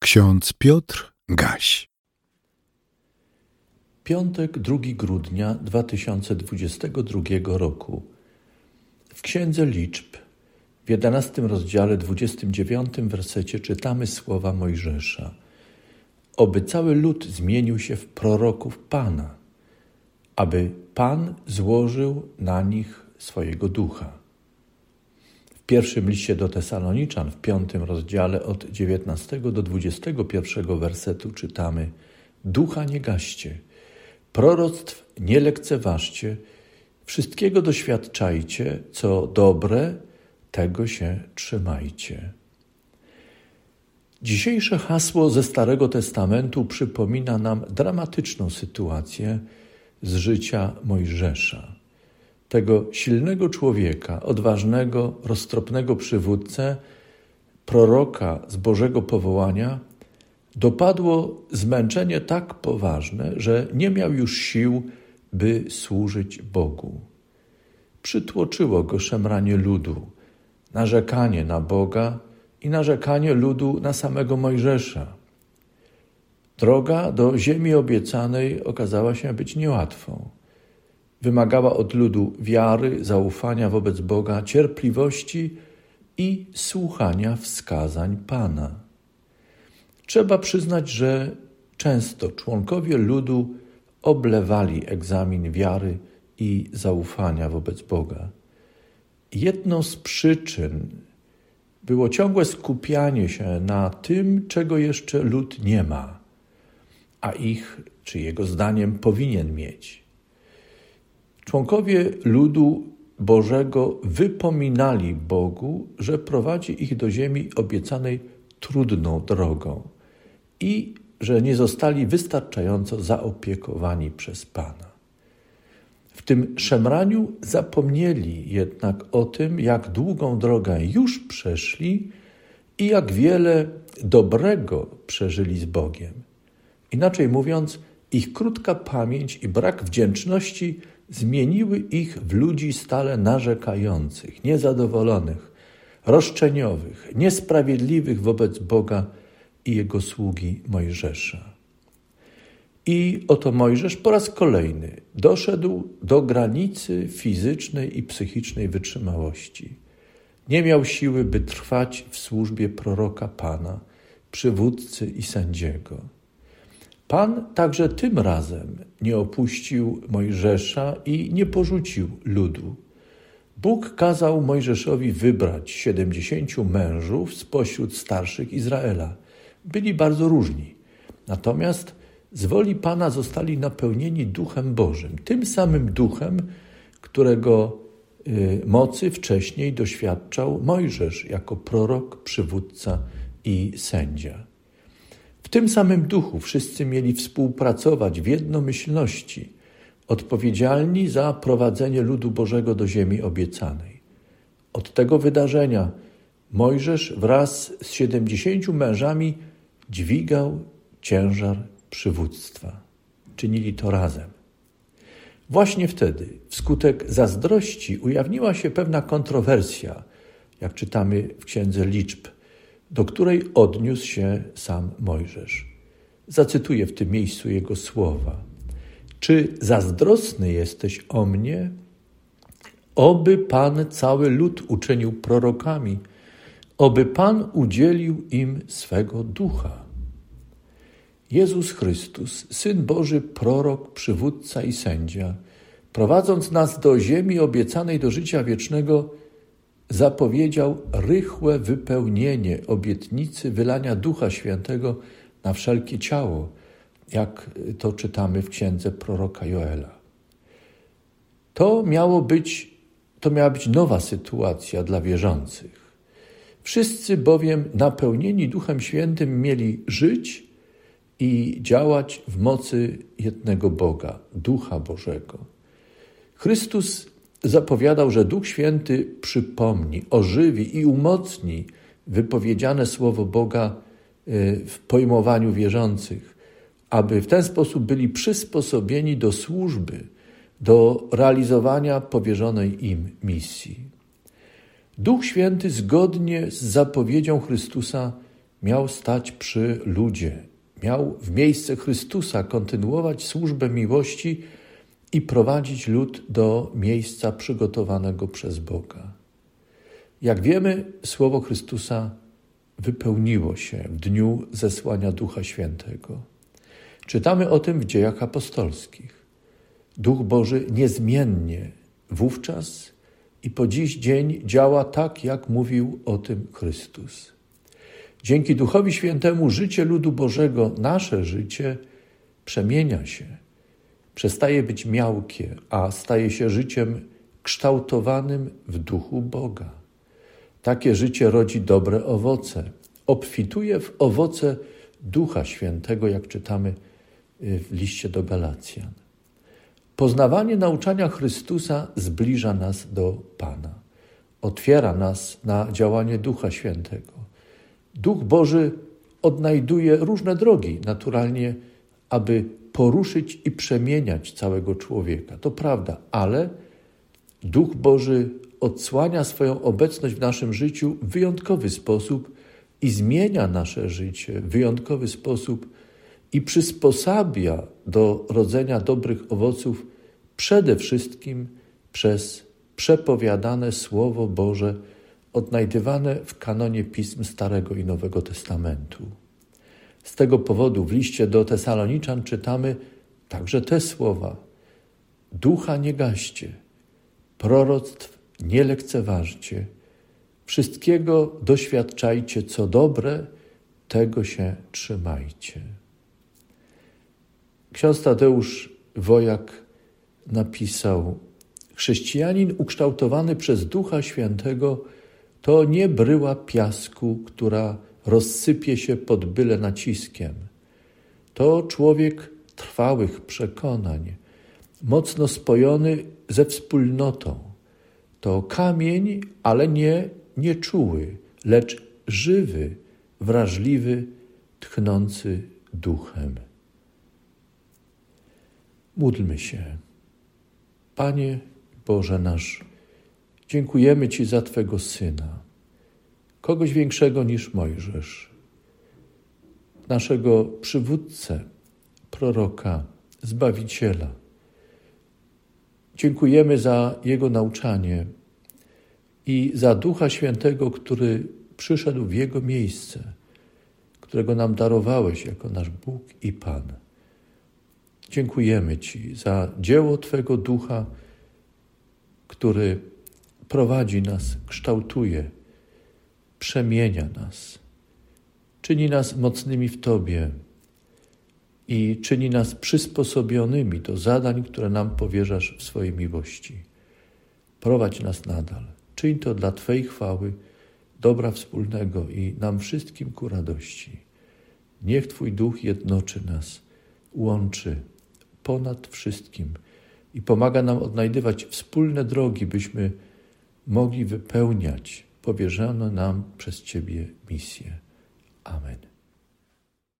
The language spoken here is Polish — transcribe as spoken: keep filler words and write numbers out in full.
Ksiądz Piotr Gaś. Piątek, drugiego grudnia dwa tysiące dwudziestego drugiego roku. W Księdze Liczb, w jedenastym rozdziale, dwudziestym dziewiątym wersecie czytamy słowa Mojżesza. Oby cały lud zmienił się w proroków Pana, aby Pan złożył na nich swojego ducha. W pierwszym liście do Tesaloniczan, w piątym rozdziale, od dziewiętnastego do dwudziestego pierwszego wersetu czytamy: Ducha nie gaście, proroctw nie lekceważcie, wszystkiego doświadczajcie, co dobre, tego się trzymajcie. Dzisiejsze hasło ze Starego Testamentu przypomina nam dramatyczną sytuację z życia Mojżesza, tego silnego człowieka, odważnego, roztropnego przywódcę, proroka z Bożego powołania. Dopadło zmęczenie tak poważne, że nie miał już sił, by służyć Bogu. Przytłoczyło go szemranie ludu, narzekanie na Boga i narzekanie ludu na samego Mojżesza. Droga do ziemi obiecanej okazała się być niełatwą. Wymagała od ludu wiary, zaufania wobec Boga, cierpliwości i słuchania wskazań Pana. Trzeba przyznać, że często członkowie ludu oblewali egzamin wiary i zaufania wobec Boga. Jedną z przyczyn było ciągłe skupianie się na tym, czego jeszcze lud nie ma, a ich, czy jego zdaniem, powinien mieć. Członkowie ludu Bożego wypominali Bogu, że prowadzi ich do ziemi obiecanej trudną drogą i że nie zostali wystarczająco zaopiekowani przez Pana. W tym szemraniu zapomnieli jednak o tym, jak długą drogę już przeszli i jak wiele dobrego przeżyli z Bogiem. Inaczej mówiąc, ich krótka pamięć i brak wdzięczności zmieniły ich w ludzi stale narzekających, niezadowolonych, roszczeniowych, niesprawiedliwych wobec Boga i Jego sługi Mojżesza. I oto Mojżesz po raz kolejny doszedł do granicy fizycznej i psychicznej wytrzymałości. Nie miał siły, by trwać w służbie proroka Pana, przywódcy i sędziego. Pan także tym razem nie opuścił Mojżesza i nie porzucił ludu. Bóg kazał Mojżeszowi wybrać siedemdziesięciu mężów spośród starszych Izraela. Byli bardzo różni, natomiast z woli Pana zostali napełnieni Duchem Bożym, tym samym Duchem, którego y, mocy wcześniej doświadczał Mojżesz jako prorok, przywódca i sędzia. W tym samym duchu wszyscy mieli współpracować w jednomyślności, odpowiedzialni za prowadzenie ludu Bożego do ziemi obiecanej. Od tego wydarzenia Mojżesz wraz z siedemdziesięciu mężami dźwigał ciężar przywództwa. Czynili to razem. Właśnie wtedy, wskutek zazdrości, ujawniła się pewna kontrowersja, jak czytamy w Księdze Liczb, do której odniósł się sam Mojżesz. Zacytuję w tym miejscu jego słowa. Czy zazdrosny jesteś o mnie? Oby Pan cały lud uczynił prorokami, oby Pan udzielił im swego ducha. Jezus Chrystus, Syn Boży, prorok, przywódca i sędzia, prowadząc nas do ziemi obiecanej do życia wiecznego, zapowiedział rychłe wypełnienie obietnicy wylania Ducha Świętego na wszelkie ciało, jak to czytamy w księdze proroka Joela. To miało być, to miała być nowa sytuacja dla wierzących. Wszyscy bowiem napełnieni Duchem Świętym mieli żyć i działać w mocy jednego Boga, Ducha Bożego. Chrystus zapowiadał, że Duch Święty przypomni, ożywi i umocni wypowiedziane słowo Boga w pojmowaniu wierzących, aby w ten sposób byli przysposobieni do służby, do realizowania powierzonej im misji. Duch Święty zgodnie z zapowiedzią Chrystusa miał stać przy ludzie, miał w miejsce Chrystusa kontynuować służbę miłości i prowadzić lud do miejsca przygotowanego przez Boga. Jak wiemy, słowo Chrystusa wypełniło się w dniu zesłania Ducha Świętego. Czytamy o tym w Dziejach Apostolskich. Duch Boży niezmiennie wówczas i po dziś dzień działa tak, jak mówił o tym Chrystus. Dzięki Duchowi Świętemu życie ludu Bożego, nasze życie, przemienia się. Przestaje być miałkie, a staje się życiem kształtowanym w Duchu Boga. Takie życie rodzi dobre owoce, obfituje w owoce Ducha Świętego, jak czytamy w liście do Galacjan. Poznawanie nauczania Chrystusa zbliża nas do Pana. Otwiera nas na działanie Ducha Świętego. Duch Boży odnajduje różne drogi, naturalnie, aby poruszyć i przemieniać całego człowieka. To prawda, ale Duch Boży odsłania swoją obecność w naszym życiu w wyjątkowy sposób i zmienia nasze życie w wyjątkowy sposób i przysposabia do rodzenia dobrych owoców przede wszystkim przez przepowiadane Słowo Boże odnajdywane w kanonie pism Starego i Nowego Testamentu. Z tego powodu w liście do Tesaloniczan czytamy także te słowa: Ducha nie gaście, proroctw nie lekceważcie, wszystkiego doświadczajcie, co dobre, tego się trzymajcie. Ksiądz Tadeusz Wojak napisał: chrześcijanin ukształtowany przez Ducha Świętego to nie bryła piasku, która rozsypie się pod byle naciskiem. To człowiek trwałych przekonań, mocno spojony ze wspólnotą. To kamień, ale nie nieczuły, lecz żywy, wrażliwy, tchnący duchem. Módlmy się. Panie Boże nasz, dziękujemy Ci za Twego Syna, kogoś większego niż Mojżesz, naszego przywódcę, proroka, Zbawiciela. Dziękujemy za Jego nauczanie i za Ducha Świętego, który przyszedł w Jego miejsce, którego nam darowałeś jako nasz Bóg i Pan. Dziękujemy Ci za dzieło Twego Ducha, który prowadzi nas, kształtuje, przemienia nas, czyni nas mocnymi w Tobie i czyni nas przysposobionymi do zadań, które nam powierzasz w swojej miłości. Prowadź nas nadal. Czyń to dla Twojej chwały, dobra wspólnego i nam wszystkim ku radości. Niech Twój Duch jednoczy nas, łączy ponad wszystkim i pomaga nam odnajdywać wspólne drogi, byśmy mogli wypełniać powierzone nam przez Ciebie misję. Amen.